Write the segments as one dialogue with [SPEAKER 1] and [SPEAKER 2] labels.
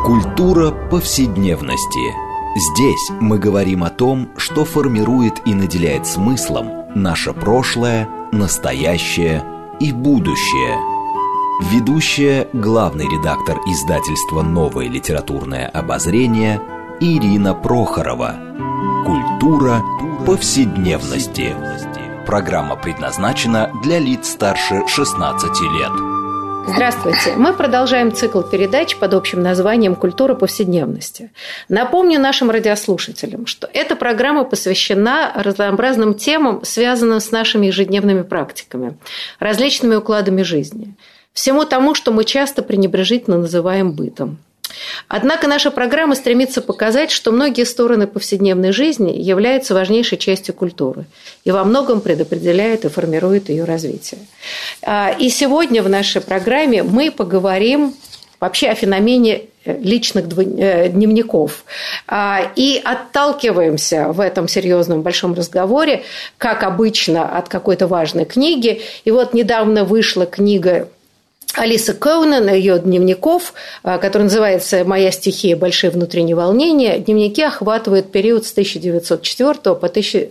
[SPEAKER 1] Культура повседневности. Здесь мы говорим о том, что формирует и наделяет смыслом наше прошлое, настоящее и будущее. Ведущая, главный редактор издательства «Новое литературное обозрение» Ирина Прохорова. Культура повседневности. Программа предназначена для лиц старше 16 лет.
[SPEAKER 2] Здравствуйте! Мы продолжаем цикл передач под общим названием «Культура повседневности». Напомню нашим радиослушателям, что эта программа посвящена разнообразным темам, связанным с нашими ежедневными практиками, различными укладами жизни, всему тому, что мы часто пренебрежительно называем бытом. Однако наша программа стремится показать, что многие стороны повседневной жизни являются важнейшей частью культуры и во многом предопределяют и формируют ее развитие. И сегодня в нашей программе мы поговорим вообще о феномене личных дневников. И отталкиваемся в этом серьезном большом разговоре, как обычно, от какой-то важной книги. И вот недавно вышла книга Алисы Коунен, ее дневников, который называется «Моя стихия. Большие внутренние волнения». Дневники охватывают период с 1904 по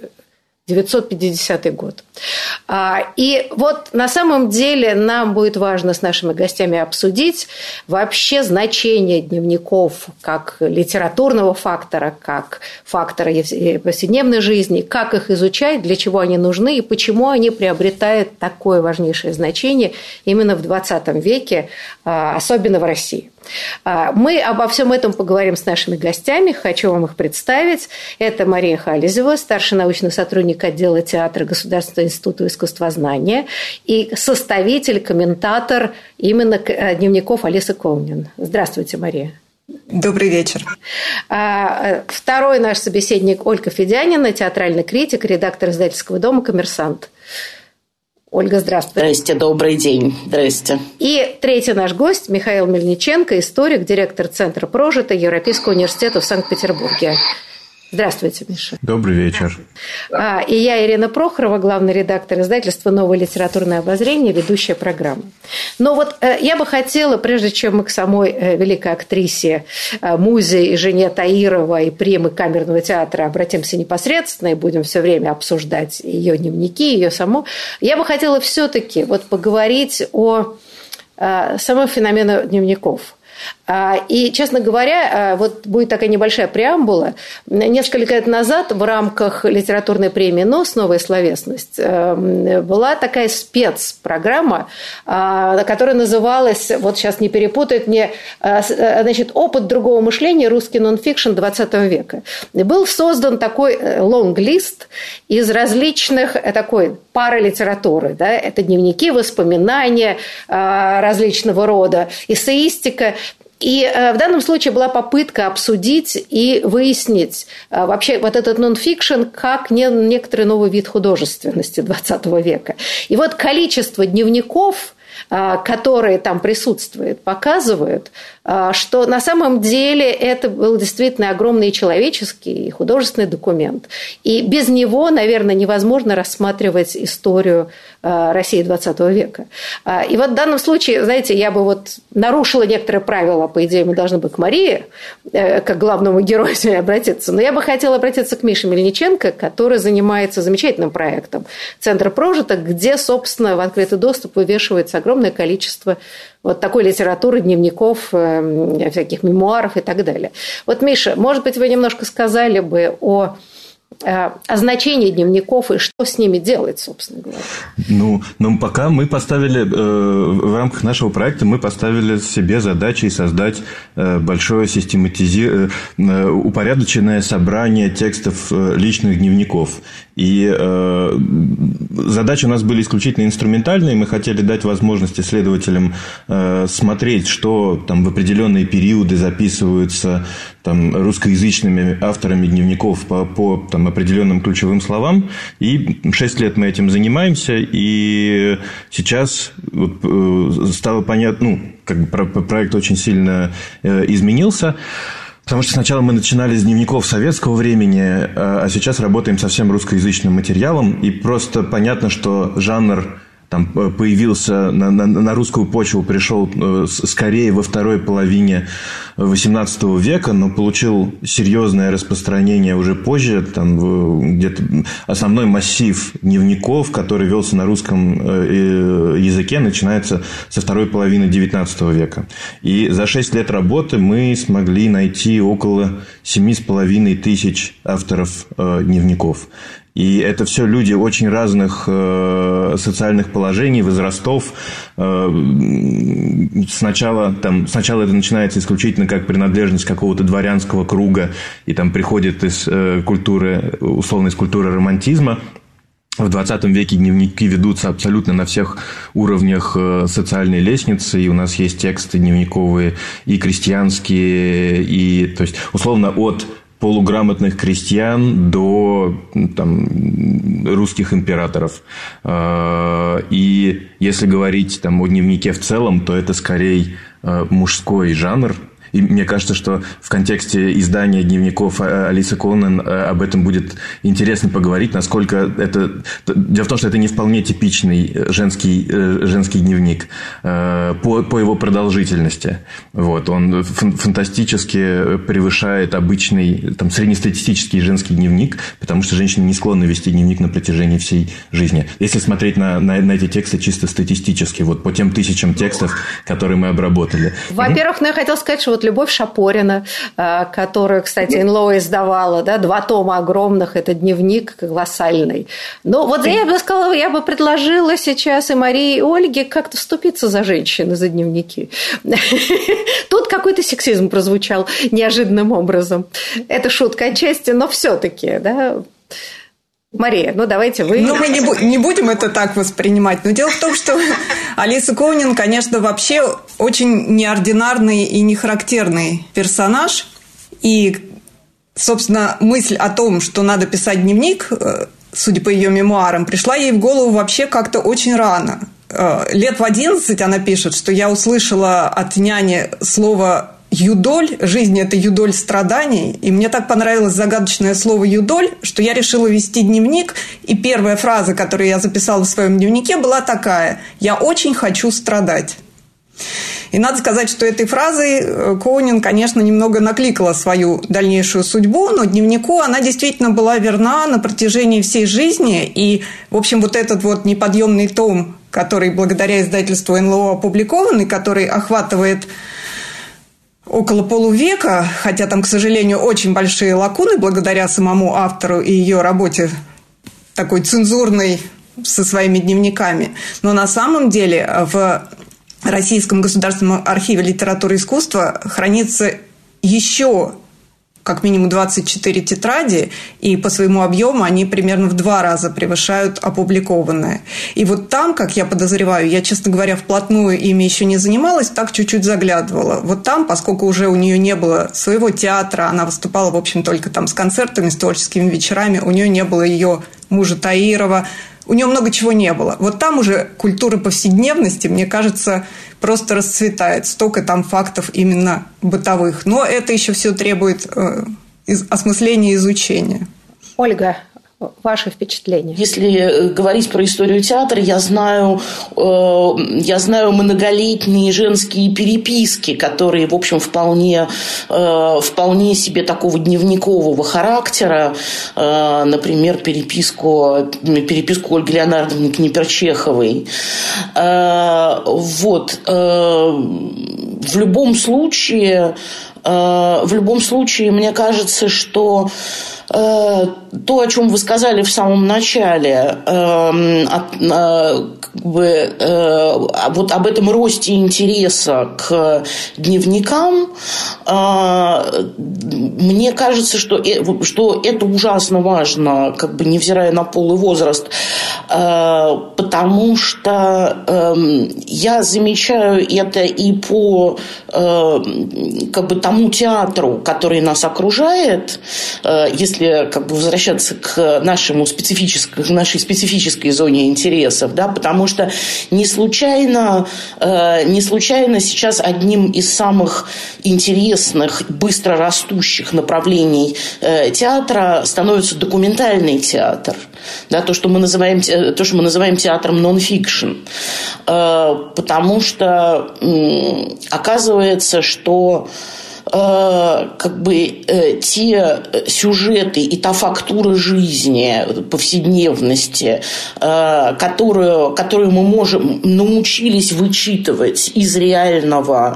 [SPEAKER 2] 1950 год. И вот на самом деле нам будет важно с нашими гостями обсудить вообще значение дневников как литературного фактора, как фактора повседневной жизни, как их изучать, для чего они нужны и почему они приобретают такое важнейшее значение именно в 20 веке, особенно в России. Мы обо всем этом поговорим с нашими гостями. Хочу вам их представить. Это Мария Хализева, старший научный сотрудник отдела театра Государственного института искусствознания и составитель, комментатор именно дневников Алисы Коунен. Здравствуйте, Мария.
[SPEAKER 3] Добрый вечер.
[SPEAKER 2] Второй наш собеседник Ольга Федянина, театральный критик, редактор издательского дома «Коммерсант». Ольга, здравствуйте.
[SPEAKER 4] Здрасте, добрый день. Здрасте.
[SPEAKER 2] И третий наш гость Михаил Мельниченко, историк, директор Центра Прожито Европейского университета в Санкт-Петербурге. Здравствуйте, Миша.
[SPEAKER 5] Добрый вечер.
[SPEAKER 2] И я, Ирина Прохорова, главный редактор издательства «Новое литературное обозрение», ведущая программы. Но вот я бы хотела, прежде чем мы к самой великой актрисе, музе и жене Таирова и премы камерного театра обратимся непосредственно и будем все время обсуждать ее дневники, ее саму, я бы хотела все-таки вот поговорить о самом феномене дневников. И, честно говоря, вот будет такая небольшая преамбула. Несколько лет назад в рамках литературной премии «НОС. Новая словесность» была такая спецпрограмма, которая называлась, вот сейчас не перепутать мне, значит, «Опыт другого мышления. Русский нонфикшн XX века». И был создан такой лонг-лист из различных такой пары литературы. Да? Это дневники, воспоминания различного рода, эссеистика. И в данном случае была попытка обсудить и выяснить вообще вот этот нон-фикшн как некоторый новый вид художественности XX века. И вот количество дневников, которые там присутствуют, показывают, что на самом деле это был действительно огромный человеческий и художественный документ. И без него, наверное, невозможно рассматривать историю России XX века. И вот в данном случае, знаете, я бы вот нарушила некоторые правила, по идее, мы должны бы к Марии, как главному герою обратиться, но я бы хотела обратиться к Мише Мельниченко, который занимается замечательным проектом «Центр Прожито», где, собственно, в открытый доступ вывешивается огромное количество вот такой литературы, дневников, всяких мемуаров и так далее. Вот, Миша, может быть, вы немножко сказали бы о значении дневников и что с ними делать, собственно говоря?
[SPEAKER 5] Ну пока мы поставили, в рамках нашего проекта мы поставили себе задачей создать большое упорядоченное собрание текстов личных дневников. И задачи у нас были исключительно инструментальные. Мы хотели дать возможность исследователям смотреть, что там в определенные периоды записываются там русскоязычными авторами дневников по там, определенным ключевым словам. И 6 лет мы этим занимаемся. И сейчас вот стало понятно, как бы проект очень сильно изменился. Потому что сначала мы начинали с дневников советского времени, а сейчас работаем совсем русскоязычным материалом. И просто понятно, что жанр там появился на русскую почву, пришел скорее во второй половине XVIII века, но получил серьезное распространение уже позже. Там где-то основной массив дневников, который велся на русском языке, начинается со второй половины XIX века. И за 6 лет работы мы смогли найти около 7,5 тысяч авторов дневников. И это все люди очень разных социальных положений, возрастов. Сначала это начинается исключительно как принадлежность какого-то дворянского круга, и там приходит из культуры, условно из культуры романтизма. В 20 веке дневники ведутся абсолютно на всех уровнях социальной лестницы, и у нас есть тексты дневниковые и крестьянские, и, то есть, условно, от полуграмотных крестьян до русских императоров. И если говорить о дневнике в целом, то это скорее мужской жанр. И мне кажется, что в контексте издания дневников Алисы Конан об этом будет интересно поговорить, насколько это... Дело в том, что это не вполне типичный женский дневник по его продолжительности. Вот. Он фантастически превышает обычный среднестатистический женский дневник, потому что женщины не склонны вести дневник на протяжении всей жизни. Если смотреть на эти тексты чисто статистически, вот по тем тысячам текстов, которые мы обработали.
[SPEAKER 2] Во-первых, я хотела сказать, что Любовь Шапорина, которую, кстати, НЛО издавала, 2 тома огромных, это дневник колоссальный. Но вот я бы сказала, я бы предложила сейчас и Марии, и Ольге как-то вступиться за женщины, за дневники. Тут какой-то сексизм прозвучал неожиданным образом. Это шутка отчасти, но все-таки, Мария, давайте вы...
[SPEAKER 3] Мы не будем это так воспринимать. Но дело в том, что Алиса Конан, конечно, вообще очень неординарный и нехарактерный персонаж. И, собственно, мысль о том, что надо писать дневник, судя по ее мемуарам, пришла ей в голову вообще как-то очень рано. Лет в 11 она пишет, что я услышала от няни слово «юдоль», жизнь – это юдоль страданий. И мне так понравилось загадочное слово «юдоль», что я решила вести дневник. И первая фраза, которую я записала в своем дневнике, была такая: «Я очень хочу страдать». И надо сказать, что этой фразой Конан, конечно, немного накликала свою дальнейшую судьбу, но дневнику она действительно была верна на протяжении всей жизни. И, в общем, вот этот неподъемный том, который благодаря издательству НЛО опубликован, и который охватывает около полувека, хотя там, к сожалению, очень большие лакуны благодаря самому автору и ее работе такой цензурной со своими дневниками. Но на самом деле в Российском государственном архиве литературы и искусства хранится еще как минимум 24 тетради, и по своему объему они примерно в 2 раза превышают опубликованное. И вот там, как я подозреваю, я, честно говоря, вплотную ими еще не занималась, так чуть-чуть заглядывала. Вот там, поскольку уже у нее не было своего театра, она выступала, в общем, только там с концертами, с творческими вечерами, у нее не было ее мужа Таирова, у нее много чего не было. Вот там уже культура повседневности, мне кажется, просто расцветает. Столько там фактов именно бытовых. Но это еще все требует осмысления и изучения.
[SPEAKER 2] Ольга, ваши впечатления?
[SPEAKER 4] Если говорить про историю театра, я знаю многолетние женские переписки, которые, в общем, вполне себе такого дневникового характера. Например, переписку Ольги Леонардовны Книперчеховой. В любом случае, мне кажется, что то, о чем вы сказали в самом начале, вот об этом росте интереса к дневникам, мне кажется, что это ужасно важно, невзирая на пол и возраст, потому что я замечаю это и по тому театру, который нас окружает, если возвращаться к нашей специфической зоне интересов, потому что не случайно сейчас одним из самых интересных, быстро растущих направлений театра становится документальный театр. да, то, что мы называем театром нон-фикшн. Потому что оказывается, что те сюжеты и та фактура жизни, повседневности, которую мы научились вычитывать из реального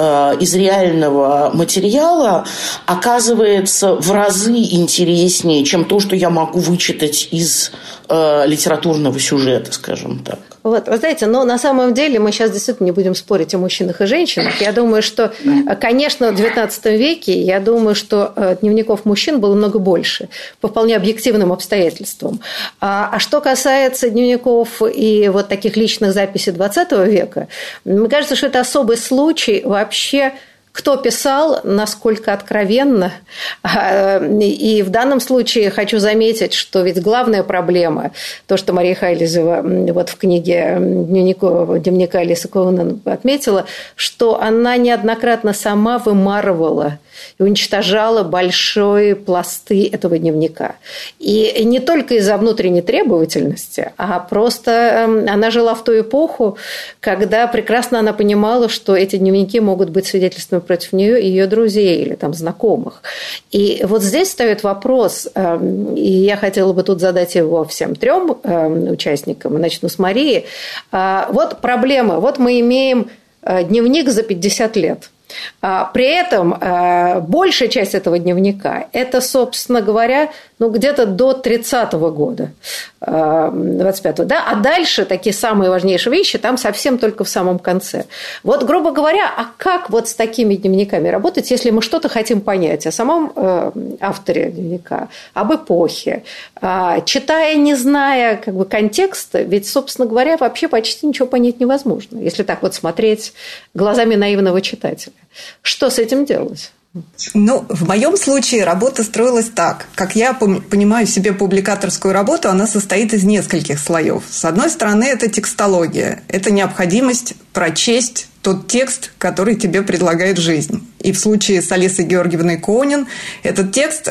[SPEAKER 4] материала, оказывается в разы интереснее, чем то, что я могу вычитать из литературного сюжета, скажем так.
[SPEAKER 2] Вот, вы знаете, но на самом деле мы сейчас действительно не будем спорить о мужчинах и женщинах. Я думаю, что, конечно, в XIX веке, я думаю, что дневников мужчин было много больше, по вполне объективным обстоятельствам. А что касается дневников и вот таких личных записей XX века, мне кажется, что это особый случай вообще. Кто писал, насколько откровенно. И в данном случае хочу заметить, что ведь главная проблема, то, что Мария Хайлезева вот в книге дневника Алисы Коунен отметила, что она неоднократно сама вымарывала и уничтожала большие пласты этого дневника. И не только из-за внутренней требовательности, а просто она жила в ту эпоху, когда прекрасно она понимала, что эти дневники могут быть свидетельствами против нее и ее друзей или там знакомых. И вот здесь встает вопрос, и я хотела бы тут задать его всем трем участникам, начну с Марии. Вот проблема. Вот мы имеем дневник за 50 лет. При этом большая часть этого дневника – это, собственно говоря, где-то до 30-го года, 25-го, да? А дальше такие самые важнейшие вещи там совсем только в самом конце. Вот, грубо говоря, а как вот с такими дневниками работать, если мы что-то хотим понять о самом авторе дневника, об эпохе, читая, не зная контекста, ведь, собственно говоря, вообще почти ничего понять невозможно, если так вот смотреть глазами наивного читателя. Что с этим делать?
[SPEAKER 3] В моем случае работа строилась так. Как я понимаю себе публикаторскую работу, она состоит из нескольких слоев. С одной стороны, это текстология. Это необходимость прочесть тот текст, который тебе предлагает жизнь. И в случае с Алисой Георгиевной Коунен этот текст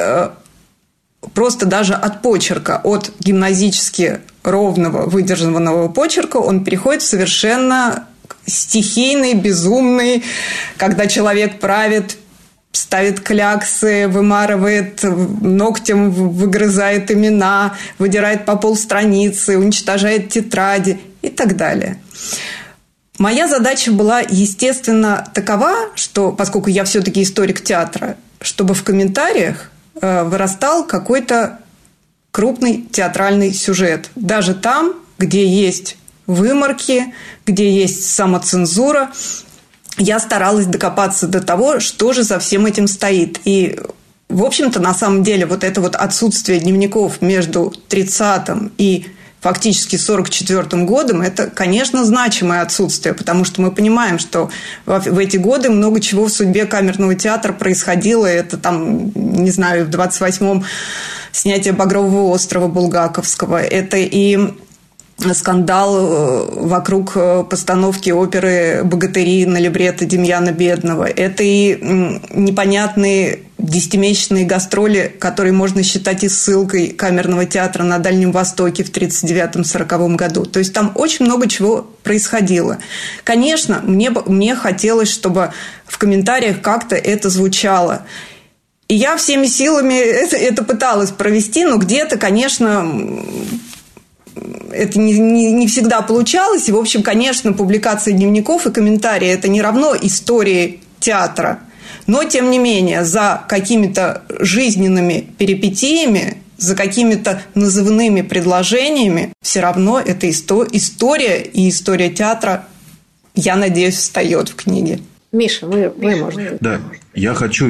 [SPEAKER 3] просто даже от почерка, от гимназически ровного, выдержанного почерка, он переходит в совершенно стихийный, безумный, когда человек правит, ставит кляксы, вымарывает ногтем, выгрызает имена, выдирает по полстраницы, уничтожает тетради и так далее. Моя задача была, естественно, такова, что, поскольку я все-таки историк театра, чтобы в комментариях вырастал какой-то крупный театральный сюжет. Даже там, где есть вымарки, где есть самоцензура, я старалась докопаться до того, что же за всем этим стоит. И, в общем-то, на самом деле, вот это вот отсутствие дневников между 30-м и фактически 44-м годом, это, конечно, значимое отсутствие, потому что мы понимаем, что в эти годы много чего в судьбе камерного театра происходило. Это там, не знаю, в 28-м снятие «Багрового острова» Булгаковского. Это и скандал вокруг постановки оперы «Богатыри» на либретто Демьяна Бедного. Это и непонятные десятимесячные гастроли, которые можно считать и ссылкой камерного театра на Дальнем Востоке в 1939-1940 году. То есть там очень много чего происходило. Конечно, мне хотелось, чтобы в комментариях как-то это звучало. И я всеми силами это пыталась провести, но где-то, конечно, это не всегда получалось. И, в общем, конечно, публикация дневников и комментарии – это не равно истории театра. Но, тем не менее, за какими-то жизненными перипетиями, за какими-то назывными предложениями все равно эта история и история театра, я надеюсь, встает в книге.
[SPEAKER 2] Миша, вы можете.
[SPEAKER 5] Да, я хочу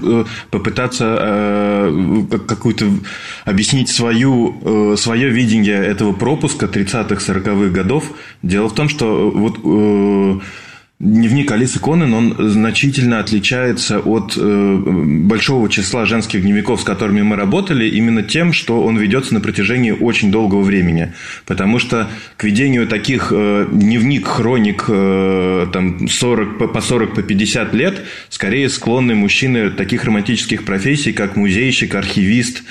[SPEAKER 5] попытаться какую-то объяснить свое видение этого пропуска 30-х, 40-х годов. Дело в том, что вот Дневник Алисы Конан, он значительно отличается от большого числа женских дневников, с которыми мы работали, именно тем, что он ведется на протяжении очень долгого времени. Потому что к ведению таких дневник, хроник там, по 40, по 50 лет скорее склонны мужчины таких романтических профессий, как музейщик, архивист,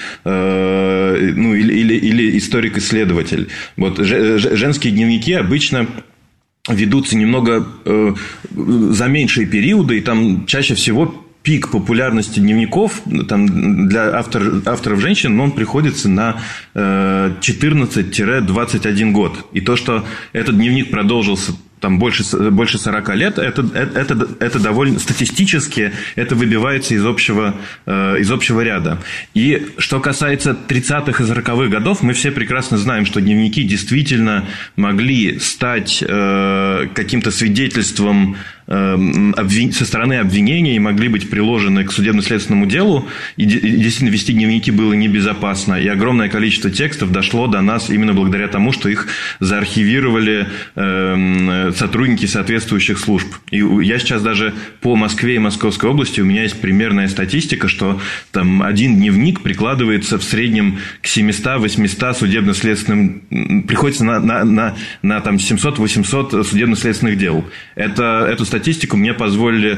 [SPEAKER 5] или историк-исследователь. Вот, женские дневники обычно ведутся немного за меньшие периоды, и там чаще всего пик популярности дневников там, для авторов женщин, он приходится на 14-21 год. И то, что этот дневник продолжился там больше 40 лет, это довольно статистически это выбивается из общего ряда. И что касается 30-х и 40-х годов, мы все прекрасно знаем, что дневники действительно могли стать каким-то свидетельством со стороны обвинения и могли быть приложены к судебно-следственному делу. И действительно вести дневники было небезопасно. И огромное количество текстов дошло до нас именно благодаря тому, что их заархивировали сотрудники соответствующих служб. И я сейчас даже по Москве и Московской области, у меня есть примерная статистика, что там один дневник прикладывается в среднем к 700-800 судебно-следственным... Приходится на там 700-800 судебно-следственных дел. Эту статистику мне позволили...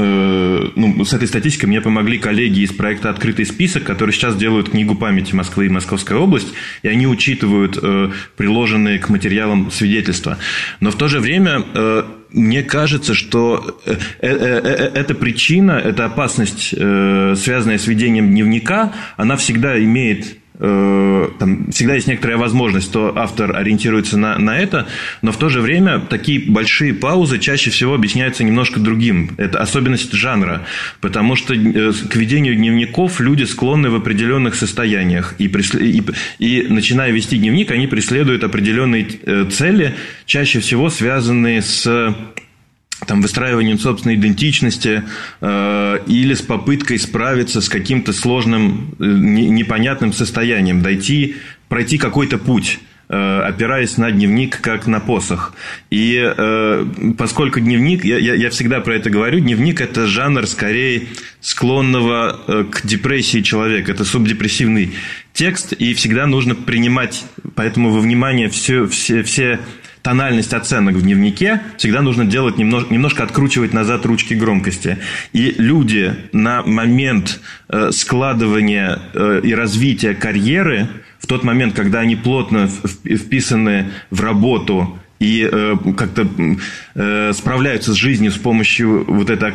[SPEAKER 5] с этой статистикой мне помогли коллеги из проекта «Открытый список», которые сейчас делают книгу памяти Москвы и Московской области, и они учитывают приложенные к материалам свидетельства. Но в то же время... Мне кажется, что эта причина, эта опасность, связанная с ведением дневника, она всегда имеет... Там всегда есть некоторая возможность, что автор ориентируется на это, но в то же время такие большие паузы чаще всего объясняются немножко другим. Это особенность жанра, потому что к ведению дневников люди склонны в определенных состояниях, и начиная вести дневник, они преследуют определенные цели, чаще всего связанные с... там, выстраиванием собственной идентичности или с попыткой справиться с каким-то сложным, непонятным состоянием, пройти какой-то путь, опираясь на дневник как на посох. И поскольку дневник, я всегда про это говорю, дневник – это жанр скорее склонного к депрессии человека, это субдепрессивный текст, и всегда нужно принимать поэтому во внимание все тональность оценок в дневнике, всегда нужно делать немножко откручивать назад ручки громкости. И люди на момент складывания и развития карьеры, в тот момент, когда они плотно вписаны в работу и как-то справляются с жизнью с помощью вот этого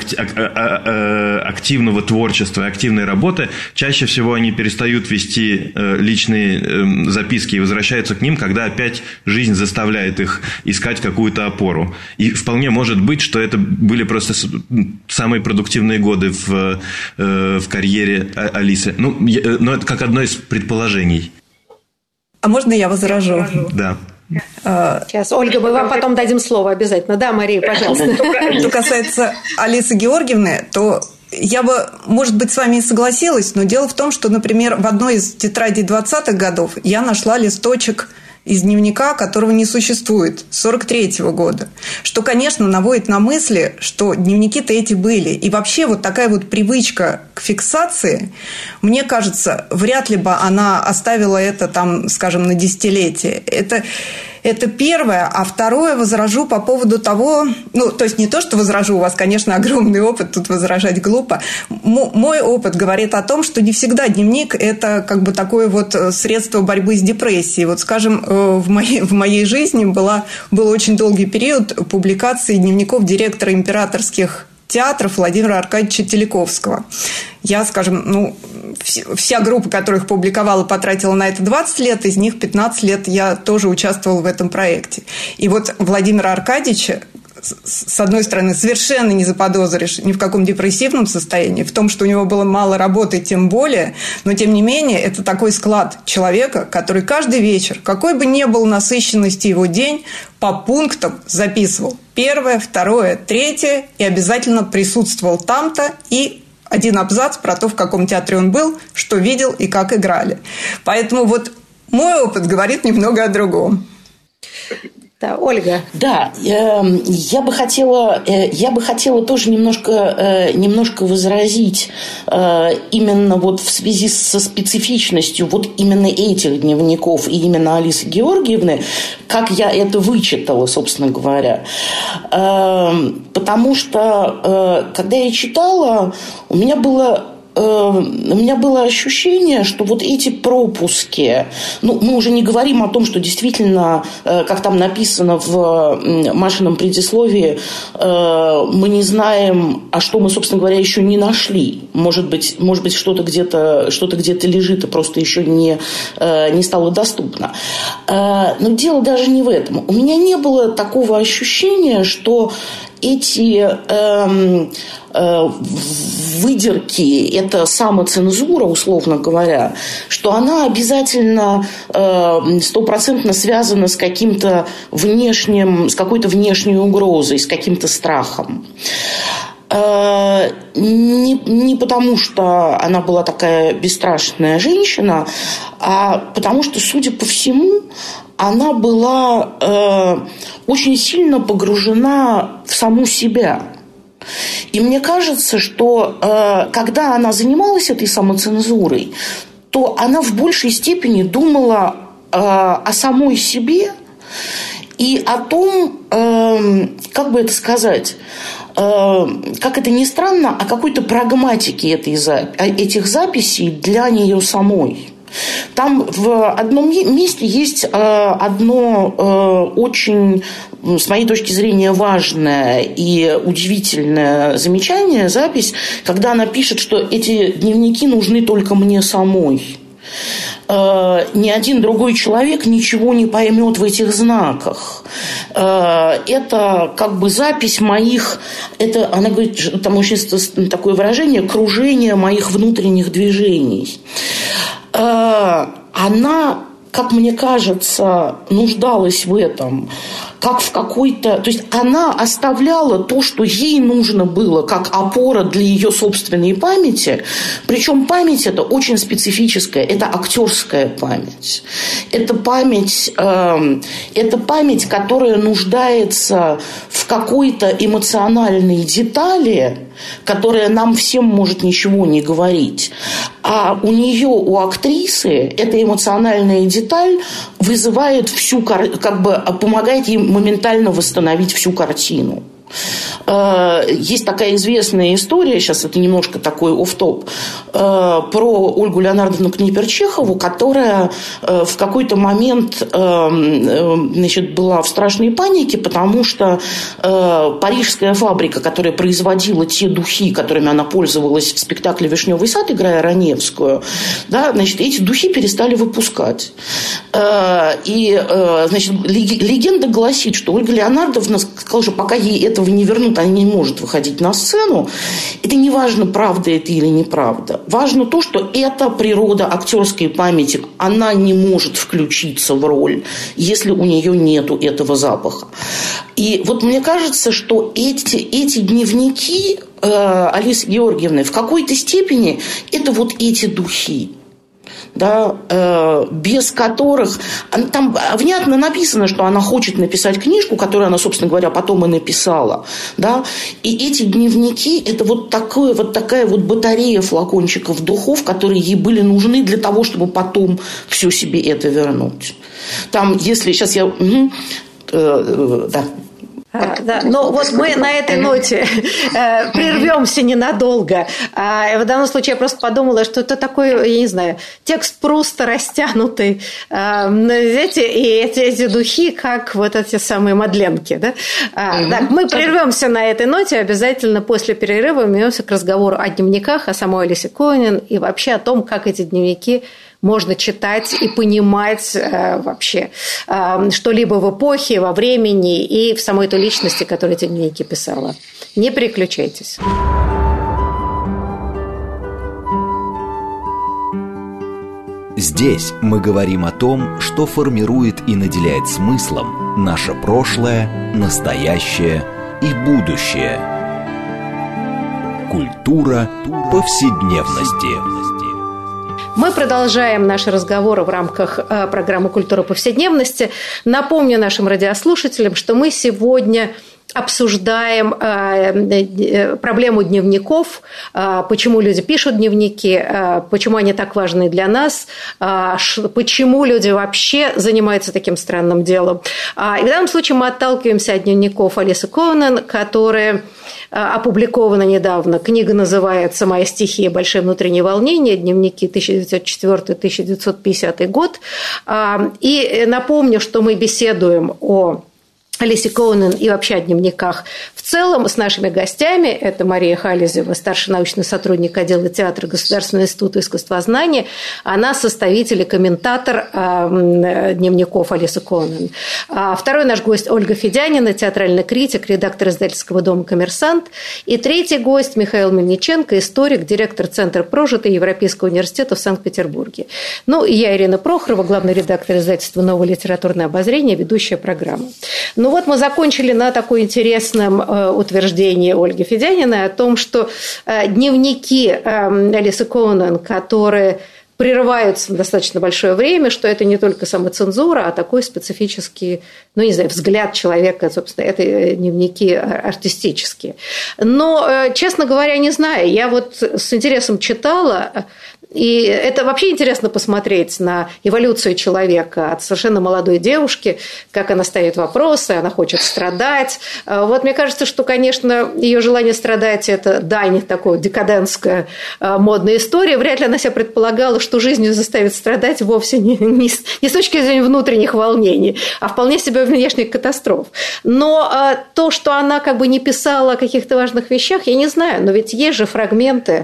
[SPEAKER 5] активного творчества, активной работы, чаще всего они перестают вести личные записки и возвращаются к ним, когда опять жизнь заставляет их искать какую-то опору. И вполне может быть, что это были просто самые продуктивные годы в карьере Алисы. Но это как одно из предположений.
[SPEAKER 3] А можно я возражу?
[SPEAKER 5] Да.
[SPEAKER 2] Сейчас, Ольга, мы вам потом дадим слово обязательно. Да, Мария, пожалуйста.
[SPEAKER 3] Что касается Алисы Георгиевны, то я бы, может быть, с вами и согласилась, но дело в том, что, например, в одной из тетрадей 20-х годов я нашла листочек из дневника, которого не существует, с 43-го года. Что, конечно, наводит на мысли, что дневники-то эти были. И вообще вот такая вот привычка к фиксации, мне кажется, вряд ли бы она оставила это там, скажем, на десятилетие. Это первое. А второе, возражу по поводу того... то есть не то, что возражу, у вас, конечно, огромный опыт, тут возражать глупо. Мой опыт говорит о том, что не всегда дневник – это как бы такое вот средство борьбы с депрессией. Вот, скажем, в моей жизни был очень долгий период публикации дневников директора императорских театров Владимира Аркадьевича Теляковского. Я, скажем, вся группа, которая их публиковала, потратила на это 20 лет, из них 15 лет я тоже участвовала в этом проекте. И вот Владимира Аркадьевича, с одной стороны, совершенно не заподозришь ни в каком депрессивном состоянии, в том, что у него было мало работы, тем более, но, тем не менее, это такой склад человека, который каждый вечер, какой бы ни был насыщенности его день, по пунктам записывал 1, 2, 3 и обязательно присутствовал там-то и один абзац про то, в каком театре он был, что видел и как играли. Поэтому вот мой опыт говорит немного о другом.
[SPEAKER 2] Да, Ольга.
[SPEAKER 4] Да, я бы хотела тоже немножко возразить именно вот в связи со специфичностью вот именно этих дневников и именно Алисы Георгиевны, как я это вычитала, собственно говоря. Потому что, когда я читала, у меня было ощущение, что вот эти пропуски, мы уже не говорим о том, что действительно, как там написано в Машином предисловии, мы не знаем, а что мы, собственно говоря, еще не нашли. Может быть, что-то где-то лежит и просто еще не стало доступно. Но дело даже не в этом. У меня не было такого ощущения, что эти выдерки, это самоцензура, условно говоря, что она обязательно 100% связана с какой-то внешней угрозой, с каким-то страхом. Не потому, что она была такая бесстрашная женщина, а потому что, судя по всему, она была очень сильно погружена в саму себя. И мне кажется, что когда она занималась этой самоцензурой, то она в большей степени думала о самой себе и о том, как бы это сказать, как это ни странно, о какой-то прагматике этих записей для нее самой. Там в одном месте есть одно очень, с моей точки зрения, важное и удивительное замечание, запись, когда она пишет, что эти дневники нужны только мне самой. Ни один другой человек ничего не поймет в этих знаках. Это как бы запись моих, это, она говорит, там очень такое выражение, кружение моих внутренних движений. Она, как мне кажется, нуждалась в этом, как в какой-то... То есть она оставляла то, что ей нужно было, как опора для ее собственной памяти. Причем память эта очень специфическая. Это актерская память. Это память, которая нуждается в какой-то эмоциональной детали, которая нам всем может ничего не говорить. А у нее, у актрисы, эта эмоциональная деталь вызывает помогает ей моментально восстановить всю картину. Есть такая известная история, сейчас это немножко такой офф-топ, про Ольгу Леонардовну Книпер-Чехову, которая в какой-то момент была в страшной панике, потому что парижская фабрика, которая производила те духи, которыми она пользовалась в спектакле «Вишневый сад», играя Раневскую, эти духи перестали выпускать. И легенда гласит, что Ольга Леонардовна сказала, что пока ей этого не вернут, она не может выходить на сцену. Это не важно, правда это или неправда. Важно то, что это природа актерской памяти. Она не может включиться в роль, если у нее нету этого запаха. И вот мне кажется, что эти дневники Алисы Георгиевны в какой-то степени это вот эти духи. Без которых... Там внятно написано, что она хочет написать книжку, которую она, собственно говоря, потом и написала. И эти дневники – это такая батарея флакончиков духов, которые ей были нужны для того, чтобы потом все себе это вернуть. Там, если... Сейчас я...
[SPEAKER 2] Но вот мы на этой ноте прервемся ненадолго. В данном случае я просто подумала, что это такой, я не знаю, текст Пруста растянутый. Знаете, и эти духи, как вот эти самые мадленки. Да? Так, мы прервемся на этой ноте. Обязательно после перерыва вернемся к разговору о дневниках, о самой Алисе Конин и вообще о том, как эти дневники можно читать и понимать вообще что-либо в эпохе, во времени и в самой той личности, которая эти дневники писала. Не переключайтесь.
[SPEAKER 1] Здесь мы говорим о том, что формирует и наделяет смыслом наше прошлое, настоящее и будущее. Культура повседневности.
[SPEAKER 2] Мы продолжаем наши разговоры в рамках программы «Культура повседневности». Напомню нашим радиослушателям, что мы сегодня обсуждаем проблему дневников, почему люди пишут дневники, почему они так важны для нас, почему люди вообще занимаются таким странным делом. И в данном случае мы отталкиваемся от дневников Алисы Коунен, которые опубликованы недавно. Книга называется «Моя стихия. Большие внутренние волнения. Дневники 1904-1950 год». И напомню, что мы беседуем о Алисе Коунен и вообще о дневниках в целом с нашими гостями. Это Мария Халезева, старший научный сотрудник отдела театра Государственного института искусствознания. Она составитель и комментатор дневников Алисы Коунен. Второй наш гость Ольга Федянина, театральный критик, редактор издательского дома «Коммерсант». И третий гость Михаил Мельниченко, историк, директор Центра прожитой Европейского университета в Санкт-Петербурге. Ну и я, Ирина Прохорова, главный редактор издательства «Новое литературное обозрение», ведущая программы. Ну вот мы закончили на такой интересном утверждении Ольги Федяниной о том, что дневники Алисы Коунен, которые прерываются на достаточно большое время, что это не только самоцензура, а такой специфический, ну, не знаю, взгляд человека, собственно, это дневники артистические. Но, честно говоря, не знаю, я вот с интересом читала. И это вообще интересно посмотреть на эволюцию человека от совершенно молодой девушки, как она ставит вопросы, она хочет страдать. Вот мне кажется, что, конечно, ее желание страдать – это дань такой декадентская модная история. Вряд ли она себя предполагала, что жизнь ее заставит страдать вовсе не с точки зрения внутренних волнений, а вполне себе внешних катастроф. Но то, что она как бы не писала о каких-то важных вещах, я не знаю, но ведь есть же фрагменты.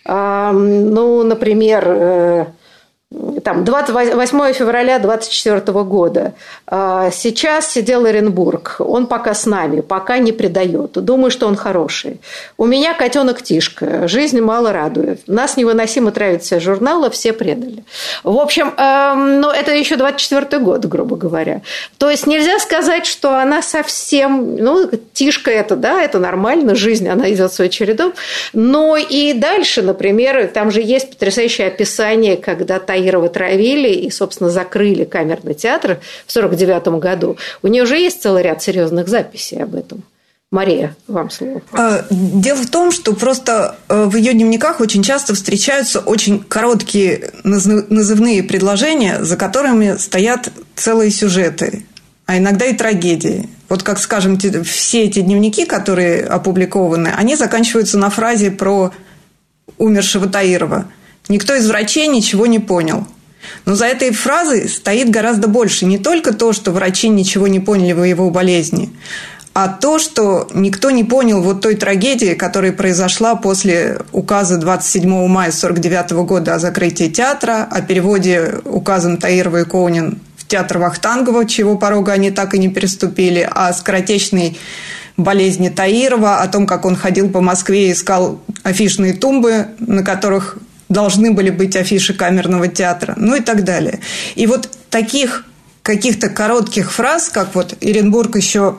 [SPEAKER 2] Ну, например, там, 28 февраля 1924 года. Сейчас сидел Оренбург. Он пока с нами, пока не предает. Думаю, что он хороший. У меня котенок Тишка. Жизнь мало радует. Нас невыносимо травят все журналы, все предали. В общем, ну, это еще 1924 год, грубо говоря. То есть нельзя сказать, что она совсем... Ну, Тишка это, да, это нормально, жизнь, она идет своим чередом. Но и дальше, например, там же есть потрясающее описание, когда Таирова травили и, собственно, закрыли камерный театр в 1949 году. У нее уже есть целый ряд серьезных записей об этом. Мария, вам слово.
[SPEAKER 3] Дело в том, что просто в ее дневниках очень часто встречаются очень короткие назывные предложения, за которыми стоят целые сюжеты, а иногда и трагедии. Вот как, скажем, все эти дневники, которые опубликованы, они заканчиваются на фразе про умершего Таирова. Никто из врачей ничего не понял. Но за этой фразой стоит гораздо больше. Не только то, что врачи ничего не поняли в его болезни, а то, что никто не понял вот той трагедии, которая произошла после указа 27 мая 1949 года о закрытии театра, о переводе указом Таирова и Коунен в театр Вахтангова, чего порога они так и не переступили, о скоротечной болезни Таирова, о том, как он ходил по Москве и искал афишные тумбы, на которых должны были быть афиши камерного театра, ну и так далее. И вот таких каких-то коротких фраз, как вот Оренбург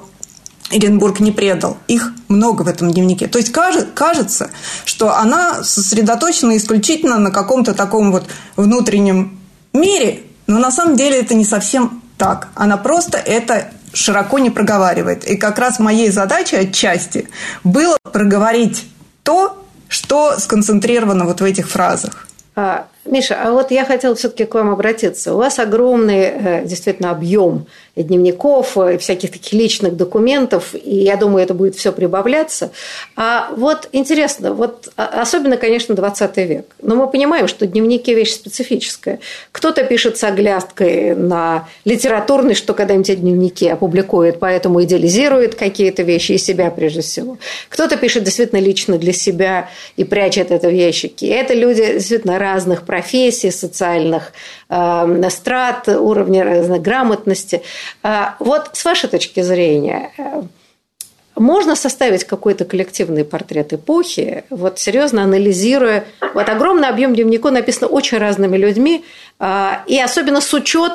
[SPEAKER 3] не предал, их много в этом дневнике. То есть кажется, что она сосредоточена исключительно на каком-то таком вот внутреннем мире, но на самом деле это не совсем так. Она просто это широко не проговаривает. И как раз моей задачей отчасти было проговорить то, что сконцентрировано вот в этих фразах.
[SPEAKER 2] Миша, а вот я хотела все-таки к вам обратиться. У вас огромный действительно объем дневников, всяких таких личных документов, и я думаю, это будет все прибавляться. А вот интересно, вот особенно, конечно, 20 век. Но мы понимаем, что дневники – вещь специфическая. Кто-то пишет с оглядкой на литературный, что когда-нибудь эти дневники опубликует, поэтому идеализирует какие-то вещи и себя прежде всего. Кто-то пишет действительно лично для себя и прячет это в ящики. И это люди действительно разных профессий, социальных страт, уровня разной грамотности. Вот с вашей точки зрения, можно составить какой-то коллективный портрет эпохи, вот серьезно анализируя, вот огромный объем дневников написано очень разными людьми, и особенно с учетом,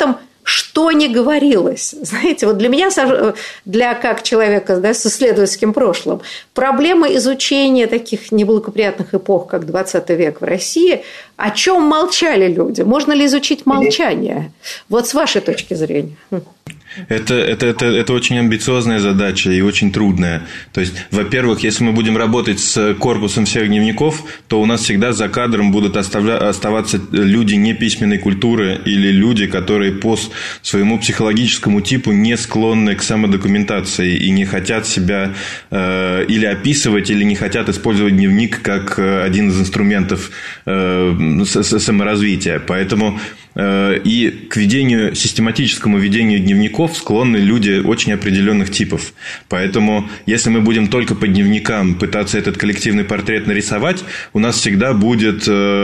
[SPEAKER 2] что не говорилось. Знаете, вот для меня, для как человека, да, с исследовательским прошлым, проблема изучения таких неблагоприятных эпох, как 20 век в России, о чем молчали люди? Можно ли изучить молчание? Вот с вашей точки зрения.
[SPEAKER 5] Это очень амбициозная задача и очень трудная. То есть, во-первых, если мы будем работать с корпусом всех дневников, то у нас всегда за кадром будут оставаться люди неписьменной культуры или люди, которые по своему психологическому типу не склонны к самодокументации и не хотят себя или описывать, или не хотят использовать дневник как один из инструментов саморазвития. Поэтому и к систематическому ведению дневников склонны люди очень определенных типов. Поэтому, если мы будем только по дневникам пытаться этот коллективный портрет нарисовать, у нас всегда будет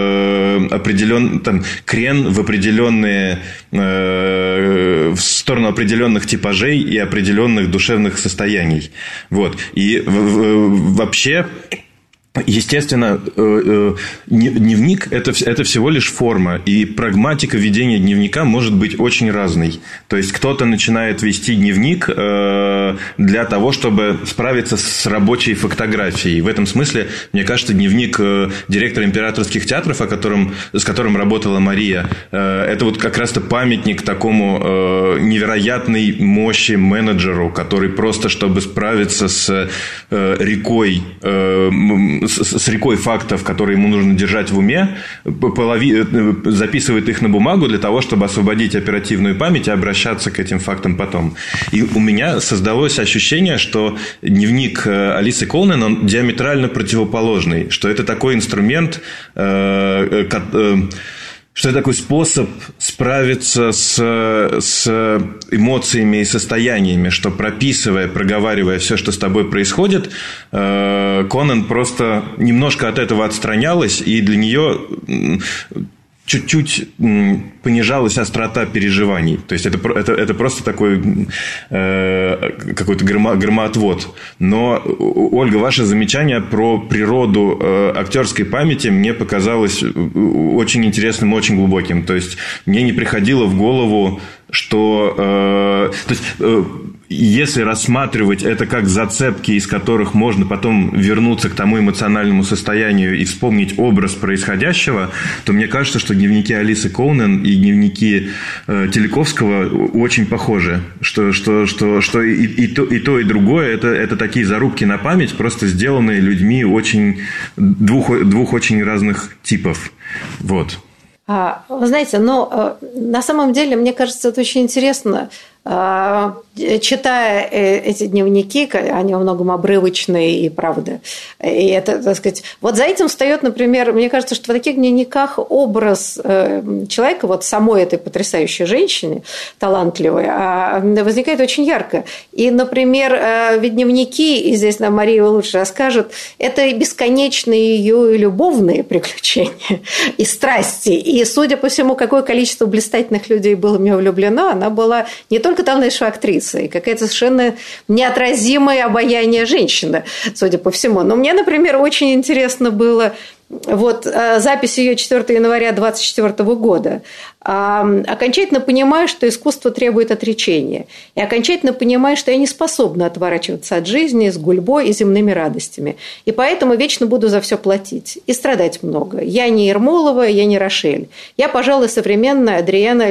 [SPEAKER 5] крен в сторону определенных типажей и определенных душевных состояний. Вот. И вообще... Естественно, дневник – это всего лишь форма, и прагматика ведения дневника может быть очень разной. То есть, кто-то начинает вести дневник для того, чтобы справиться с рабочей фактографией. В этом смысле, мне кажется, дневник директора императорских театров, с которым работала Мария, это вот как раз-то памятник такому невероятной мощи менеджеру, который просто, чтобы справиться с рекой фактов, которые ему нужно держать в уме, записывает их на бумагу для того, чтобы освободить оперативную память и обращаться к этим фактам потом. И у меня создалось ощущение, что дневник Алисы Колнен, он диаметрально противоположный, что это такой инструмент, что это такой способ справиться с эмоциями и состояниями, что прописывая, проговаривая все, что с тобой происходит, Конан просто немножко от этого отстранялась, и для нее чуть-чуть понижалась острота переживаний. То есть, это просто такой какой-то громоотвод. Но, Ольга, ваше замечание про природу актерской памяти мне показалось очень интересным и очень глубоким. То есть, мне не приходило в голову, что... Если рассматривать это как зацепки, из которых можно потом вернуться к тому эмоциональному состоянию и вспомнить образ происходящего, то мне кажется, что дневники Алисы Колнен и дневники Теляковского очень похожи. Что и то, и другое это такие зарубки на память, просто сделанные людьми двух очень разных типов. Вот.
[SPEAKER 2] Вы знаете, но на самом деле, мне кажется, это очень интересно. Читая эти дневники, они во многом обрывочные и правда. И это, так сказать, вот за этим встает, например, мне кажется, что в таких дневниках образ человека, вот самой этой потрясающей женщины, талантливой, возникает очень ярко. И, например, ведь дневники, и здесь нам Мария лучше расскажет, это бесконечные ее любовные приключения и страсти. И, судя по всему, какое количество блистательных людей было в нее влюблено, она была не только талантливая актриса, и какая-то совершенно неотразимое обаяние женщины, судя по всему. Но мне, например, очень интересно было вот запись ее 4 января 1924 года. Окончательно понимаю, что искусство требует отречения. И окончательно понимаю, что я не способна отворачиваться от жизни с гульбой и земными радостями. И поэтому вечно буду за все платить. И страдать много. Я не Ермолова, я не Рошель. Я, пожалуй, современная Адриана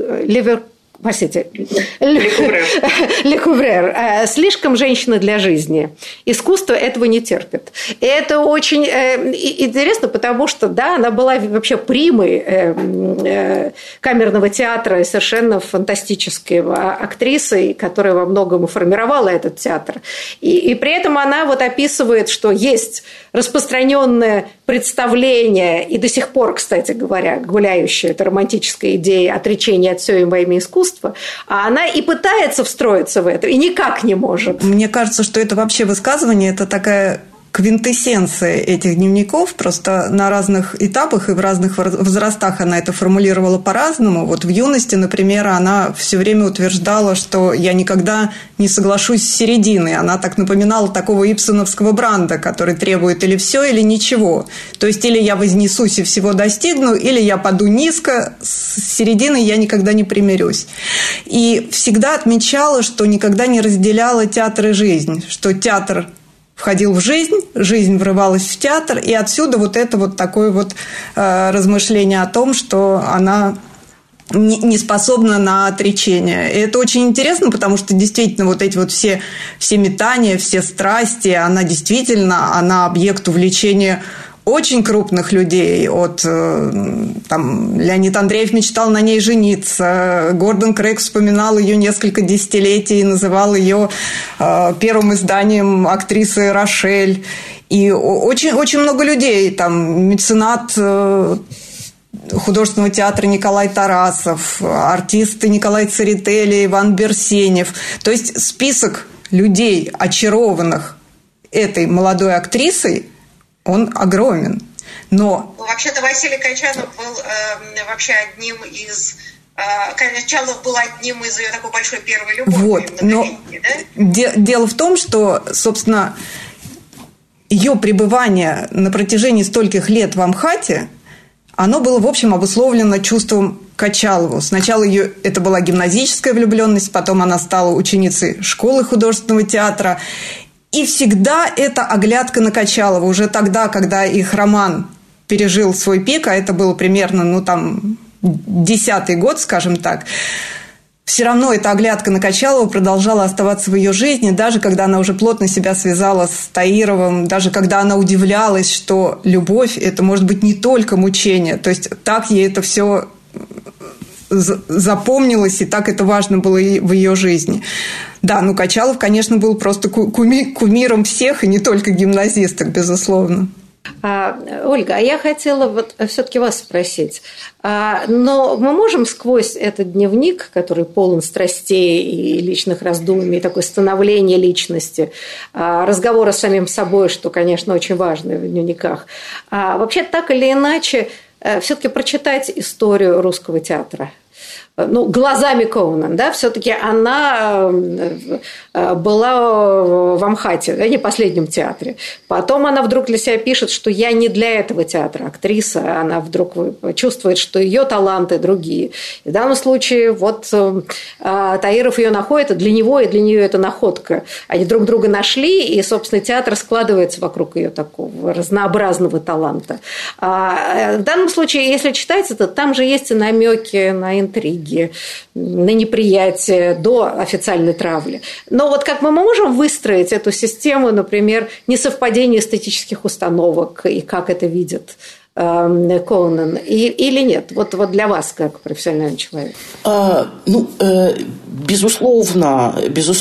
[SPEAKER 2] Лекуврер. Слишком женщина для жизни. Искусство этого не терпит. И это очень интересно, потому что, да, она была вообще примой камерного театра и совершенно фантастической актрисой, которая во многом формировала этот театр. И при этом она вот описывает, что есть распространенное представление, и до сих пор, кстати говоря, гуляющая эта романтическая идея отречения от всего во имя искусства, а она и пытается встроиться в это, и никак не может.
[SPEAKER 3] Мне кажется, что это вообще высказывание, это такая квинтэссенция этих дневников, просто на разных этапах и в разных возрастах она это формулировала по-разному. Вот в юности, например, она все время утверждала, что я никогда не соглашусь с серединой. Она так напоминала такого ибсеновского Бранда, который требует или все, или ничего. То есть или я вознесусь и всего достигну, или я паду низко, с серединой я никогда не примирюсь. И всегда отмечала, что никогда не разделяла театр и жизнь, что театр входил в жизнь, жизнь врывалась в театр, и отсюда вот это вот такое вот размышление о том, что она не способна на отречение. И это очень интересно, потому что действительно вот эти вот все метания, все страсти, она действительно, она объект увлечения очень крупных людей. Там, Леонид Андреев мечтал на ней жениться. Гордон Крейг вспоминал ее несколько десятилетий и называл ее первым изданием актрисы Рошель. И очень, очень много людей. Там меценат художественного театра Николай Тарасов, артисты Николай Церетели, Иван Берсенев. То есть список людей, очарованных этой молодой актрисой, он огромен. Но...
[SPEAKER 6] Вообще-то Василий Качанов был вообще одним из... Качалов был одним из ее такой большой первой любовью.
[SPEAKER 3] Вот, но да? Дело в том, что, собственно, ее пребывание на протяжении стольких лет в Амхате, оно было, в общем, обусловлено чувством Качалову. Сначала это была гимназическая влюбленность, потом она стала ученицей школы художественного театра. И всегда это оглядка на Качалову. Уже тогда, когда их роман пережил свой пик, а это было примерно, 10-й год, скажем так, все равно эта оглядка на Качалову продолжала оставаться в ее жизни, даже когда она уже плотно себя связала с Таировым, даже когда она удивлялась, что любовь – это может быть не только мучение. То есть так ей это все запомнилось, и так это важно было в ее жизни. Да, Качалов, конечно, был просто кумиром всех, и не только гимназисток, безусловно.
[SPEAKER 2] Ольга, а я хотела все-таки вас спросить. Но мы можем сквозь этот дневник, который полон страстей и личных раздумий, такое становление личности, разговора с самим собой, что, конечно, очень важно в дневниках, вообще так или иначе все-таки прочитать историю русского театра? Глазами Коунен, да, все-таки она была в Амхате, да, не последнем театре. Потом она вдруг для себя пишет, что я не для этого театра актриса, она вдруг чувствует, что ее таланты другие. И в данном случае Таиров ее находит, и для него и для нее это находка. Они друг друга нашли, и, собственно, театр складывается вокруг ее такого разнообразного таланта. В данном случае, если читать это, там же есть и намеки на интриги, на неприятие до официальной травли. Но как мы можем выстроить эту систему, например, несовпадение эстетических установок и как это видит Коунен, или нет? Вот для вас, как профессиональный человек.
[SPEAKER 4] Безусловно,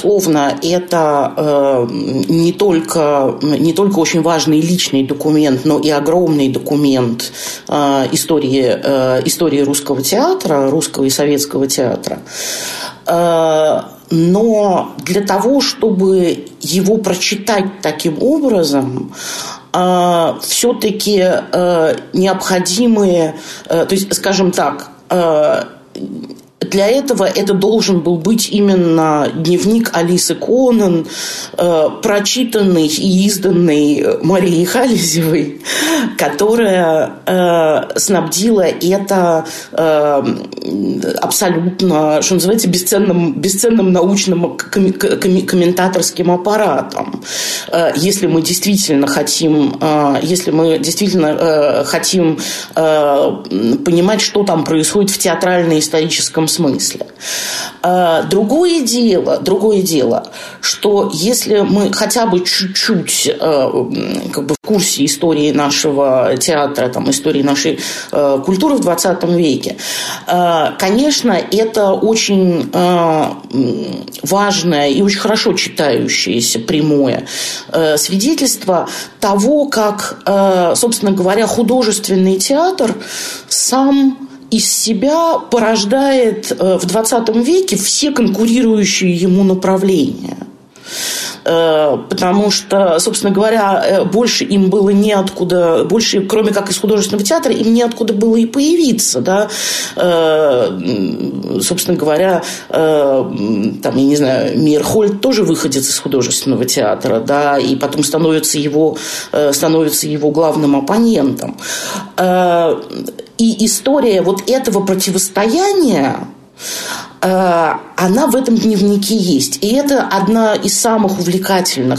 [SPEAKER 4] это не только очень важный личный документ, но и огромный документ истории русского театра, русского и советского театра. Но для того, чтобы его прочитать таким образом, все-таки необходимые, то есть, скажем так, для этого это должен был быть именно дневник Алисы Коунен, прочитанный и изданный Марией Халезевой, которая снабдила это абсолютно, что называется, бесценным научным комментаторским аппаратом. Если мы действительно хотим понимать, что там происходит в театрально-историческом смысле. Другое дело, что если мы хотя бы чуть-чуть в курсе истории нашего театра, истории нашей культуры в 20 веке, конечно, это очень важное и очень хорошо читающееся прямое свидетельство того, как, собственно говоря, художественный театр сам из себя порождает в 20 веке все конкурирующие ему направления. потому что, собственно говоря, больше им было неоткуда, больше, кроме как из художественного театра, им неоткуда было и появиться, да, собственно говоря, там, я не знаю, Мейерхольд тоже выходец из художественного театра, да, и потом становится его главным оппонентом. И история вот этого противостояния, она в этом дневнике есть. И это одна из самых увлекательных,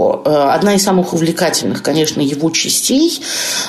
[SPEAKER 4] конечно, его частей.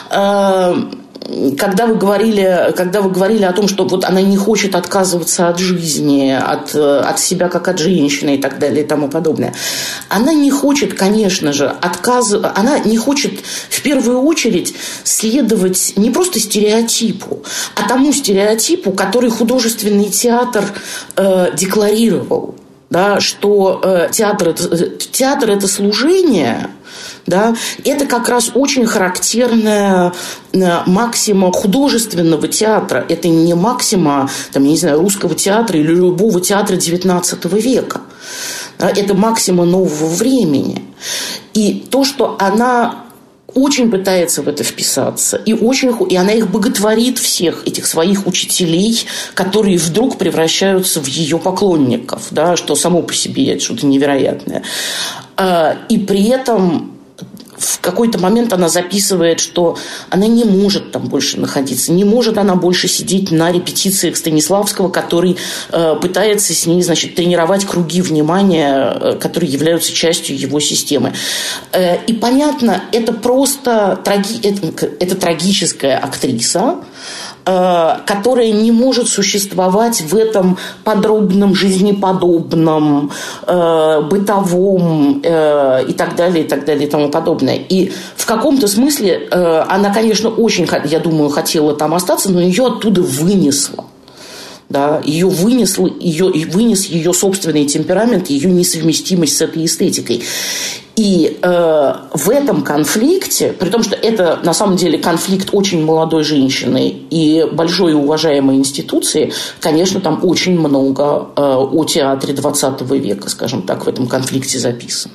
[SPEAKER 4] Когда вы говорили о том, что вот она не хочет отказываться от жизни, от себя как от женщины и так далее и тому подобное, она не хочет, конечно же, она не хочет в первую очередь следовать не просто стереотипу, а тому стереотипу, который художественный театр декларировал, да, что театр – это служение. Да, это как раз очень характерная максима художественного театра. Это не максима, там, я не знаю, русского театра или любого театра XIX века. Да, это максима нового времени. И то, что она очень пытается в это вписаться, и она их боготворит, всех этих своих учителей, которые вдруг превращаются в ее поклонников, да, что само по себе что-то невероятное. И при этом в какой-то момент она записывает, что она не может там больше находиться, не может она больше сидеть на репетициях Станиславского, который пытается с ней, значит, тренировать круги внимания, которые являются частью его системы. И понятно, это просто это трагическая актриса, которая не может существовать в этом подробном, жизнеподобном, бытовом и так далее, и тому подобное. И в каком-то смысле она, конечно, очень, я думаю, хотела там остаться, но ее оттуда вынесло. Да, вынес ее собственный темперамент, ее несовместимость с этой эстетикой. И в этом конфликте, при том, что это на самом деле конфликт очень молодой женщины и большой и уважаемой институции, конечно, там очень много о театре XX века, скажем так, в этом конфликте записано.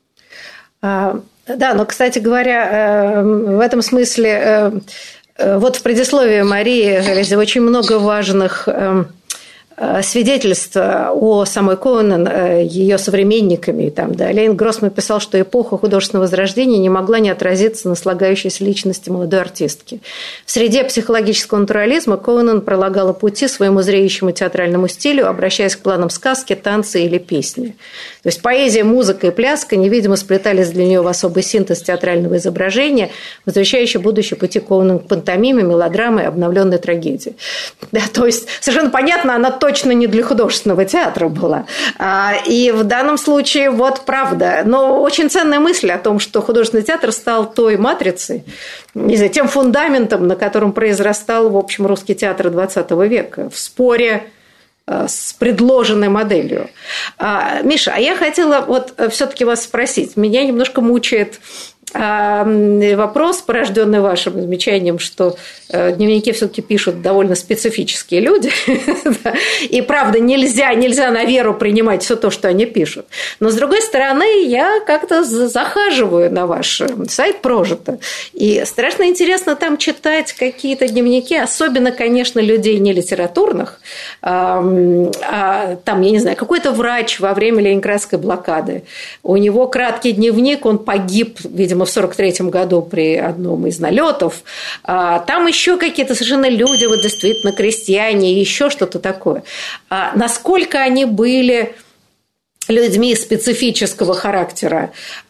[SPEAKER 2] Да, но, кстати говоря, в этом смысле... Вот в предисловии Марии очень много важных свидетельств о самой Коунен, ее современниками. Там, да. Лейн Гроссман писал, что эпоха художественного возрождения не могла не отразиться на слагающейся личности молодой артистки. В среде психологического натурализма Коунен пролагала пути своему зреющему театральному стилю, обращаясь к планам сказки, танца или песни. То есть поэзия, музыка и пляска невидимо сплетались для нее в особый синтез театрального изображения, возвращающий будущее пути Коунен к пантомиме, мелодрамы и обновленной трагедии. Да, то есть совершенно понятно, она точно не для художественного театра была. И в данном случае вот правда. Но очень ценная мысль о том, что художественный театр стал той матрицей, не знаю, тем фундаментом, на котором произрастал, в общем, русский театр XX века в споре с предложенной моделью. Миша, а я хотела вот все-таки вас спросить. Меня немножко мучает вопрос, порожденный вашим замечанием, что дневники все-таки пишут довольно специфические люди. И правда, нельзя на веру принимать все то, что они пишут. Но, с другой стороны, я как-то захаживаю на ваш сайт «Прожито». И страшно интересно там читать какие-то дневники, особенно, конечно, людей не литературных. Там, я не знаю, какой-то врач во время Ленинградской блокады. У него краткий дневник, он погиб, видимо, в 1943 году при одном из налетов. Там еще какие-то совершенно люди, вот действительно крестьяне, еще что-то такое. Насколько они были людьми специфического характера.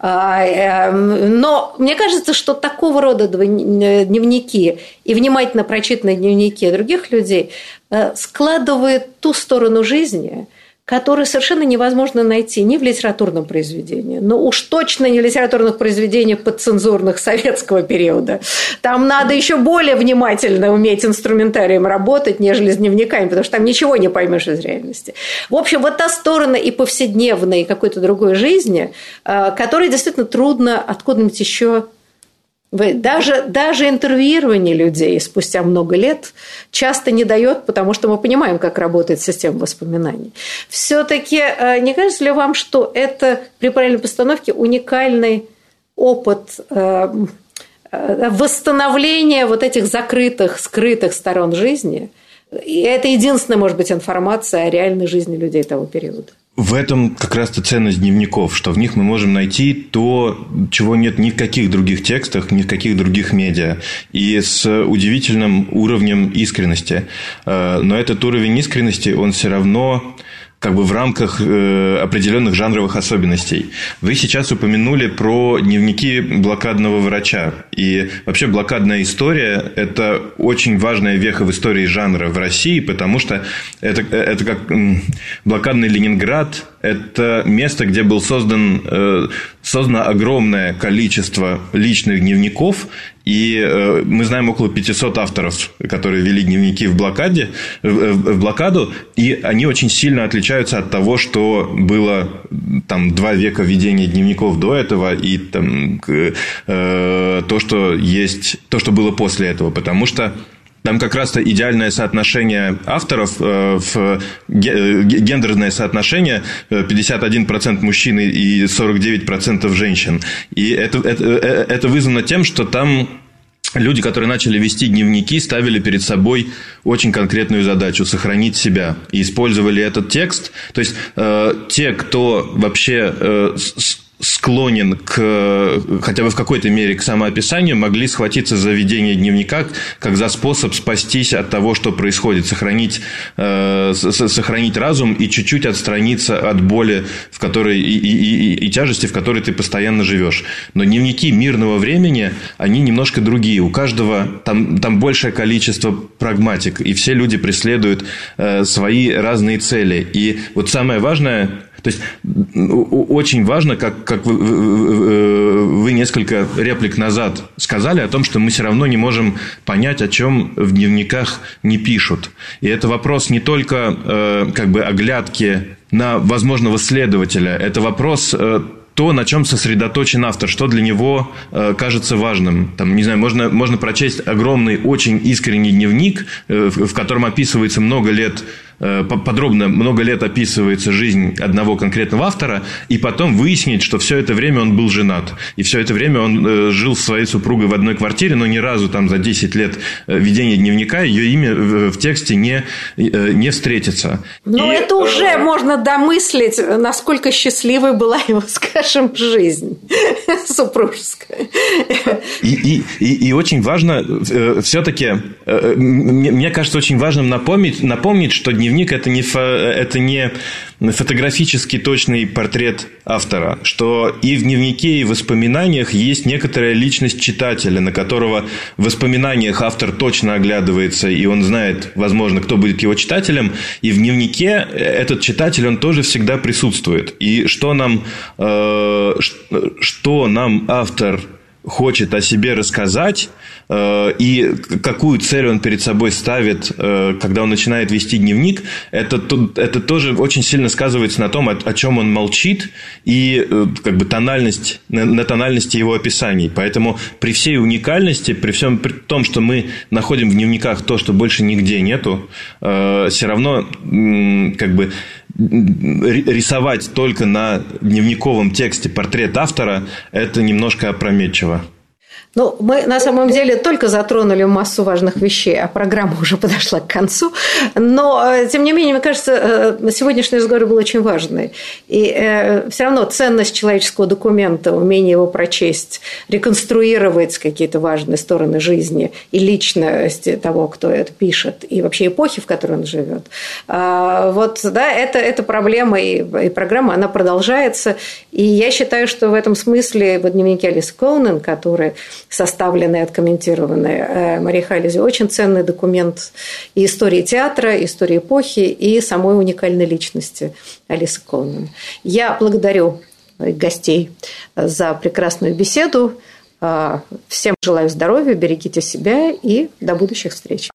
[SPEAKER 2] Но мне кажется, что такого рода дневники и внимательно прочитанные дневники других людей складывают ту сторону жизни, которые совершенно невозможно найти ни в литературном произведении, но уж точно не в литературных произведениях подцензурных советского периода. Там надо еще более внимательно уметь инструментарием работать, нежели с дневниками, потому что там ничего не поймешь из реальности. В общем, вот та сторона и повседневной, и какой-то другой жизни, которой действительно трудно откуда-нибудь еще Даже интервьюирование людей спустя много лет часто не дает, потому что мы понимаем, как работает система воспоминаний. Все-таки не кажется ли вам, что это при правильной постановке уникальный опыт восстановления вот этих закрытых, скрытых сторон жизни? И это единственная, может быть, информация о реальной жизни людей того периода.
[SPEAKER 5] В этом как раз-то ценность дневников, что в них мы можем найти то, чего нет ни в каких других текстах, ни в каких других медиа. И с удивительным уровнем искренности. Но этот уровень искренности, он все равно как бы в рамках определенных жанровых особенностей. Вы сейчас упомянули про дневники блокадного врача. И вообще блокадная история – это очень важная веха в истории жанра в России, потому что это как блокадный Ленинград. Это место, где было создано огромное количество личных дневников. И мы знаем около 500 авторов, которые вели дневники в блокаду, и они очень сильно отличаются от того, что было там 2 века ведения дневников до этого, и там, то, что было после этого, потому что там как раз-то идеальное соотношение авторов, гендерное соотношение 51% мужчин и 49% женщин. И это вызвано тем, что там люди, которые начали вести дневники, ставили перед собой очень конкретную задачу – сохранить себя. И использовали этот текст. То есть, те, кто вообще склонен хотя бы в какой-то мере к самоописанию, могли схватиться за ведение дневника как за способ спастись от того, что происходит, сохранить разум и чуть-чуть отстраниться от боли, в которой и тяжести, в которой ты постоянно живешь. Но дневники мирного времени, они немножко другие. У каждого там большее количество прагматик, и все люди преследуют свои разные цели. И вот самое важное, то есть очень важно, как вы несколько реплик назад сказали о том, что мы все равно не можем понять, о чем в дневниках не пишут. И это вопрос не только оглядки на возможного следователя, это вопрос то, на чем сосредоточен автор, что для него кажется важным. Там, не знаю, можно прочесть огромный, очень искренний дневник, в котором описывается подробно много лет описывается жизнь одного конкретного автора, и потом выяснить, что все это время он был женат. И все это время он жил со своей супругой в одной квартире, но ни разу там за 10 лет ведения дневника ее имя в тексте не встретится.
[SPEAKER 2] Но это уже можно домыслить, насколько счастливой была его, скажем, жизнь супружеская.
[SPEAKER 5] И очень важно все-таки, мне кажется, очень важным напомнить, что дневник – это не фотографически точный портрет автора, что и в дневнике, и в воспоминаниях есть некоторая личность читателя, на которого в воспоминаниях автор точно оглядывается, и он знает, возможно, кто будет его читателем, и в дневнике этот читатель, он тоже всегда присутствует. И что нам автор хочет о себе рассказать, и какую цель он перед собой ставит, когда он начинает вести дневник, это тоже очень сильно сказывается на том, о чем он молчит, и на тональности его описаний. Поэтому при всей уникальности, при том, что мы находим в дневниках то, что больше нигде нету, все равно рисовать только на дневниковом тексте портрет автора – это немножко опрометчиво.
[SPEAKER 2] Ну, мы на самом деле только затронули массу важных вещей, а программа уже подошла к концу. Но, тем не менее, мне кажется, сегодняшний разговор был очень важный. И все равно ценность человеческого документа, умение его прочесть, реконструировать какие-то важные стороны жизни и личности того, кто это пишет, и вообще эпохи, в которой он живет. Это проблема, и программа, она продолжается. И я считаю, что в этом смысле дневники Алисы Коунен, которые составленный, откомментированный Марией Хайлизе, очень ценный документ и истории театра, и истории эпохи, и самой уникальной личности Алисы Коунен. Я благодарю гостей за прекрасную беседу. Всем желаю здоровья, берегите себя и до будущих встреч.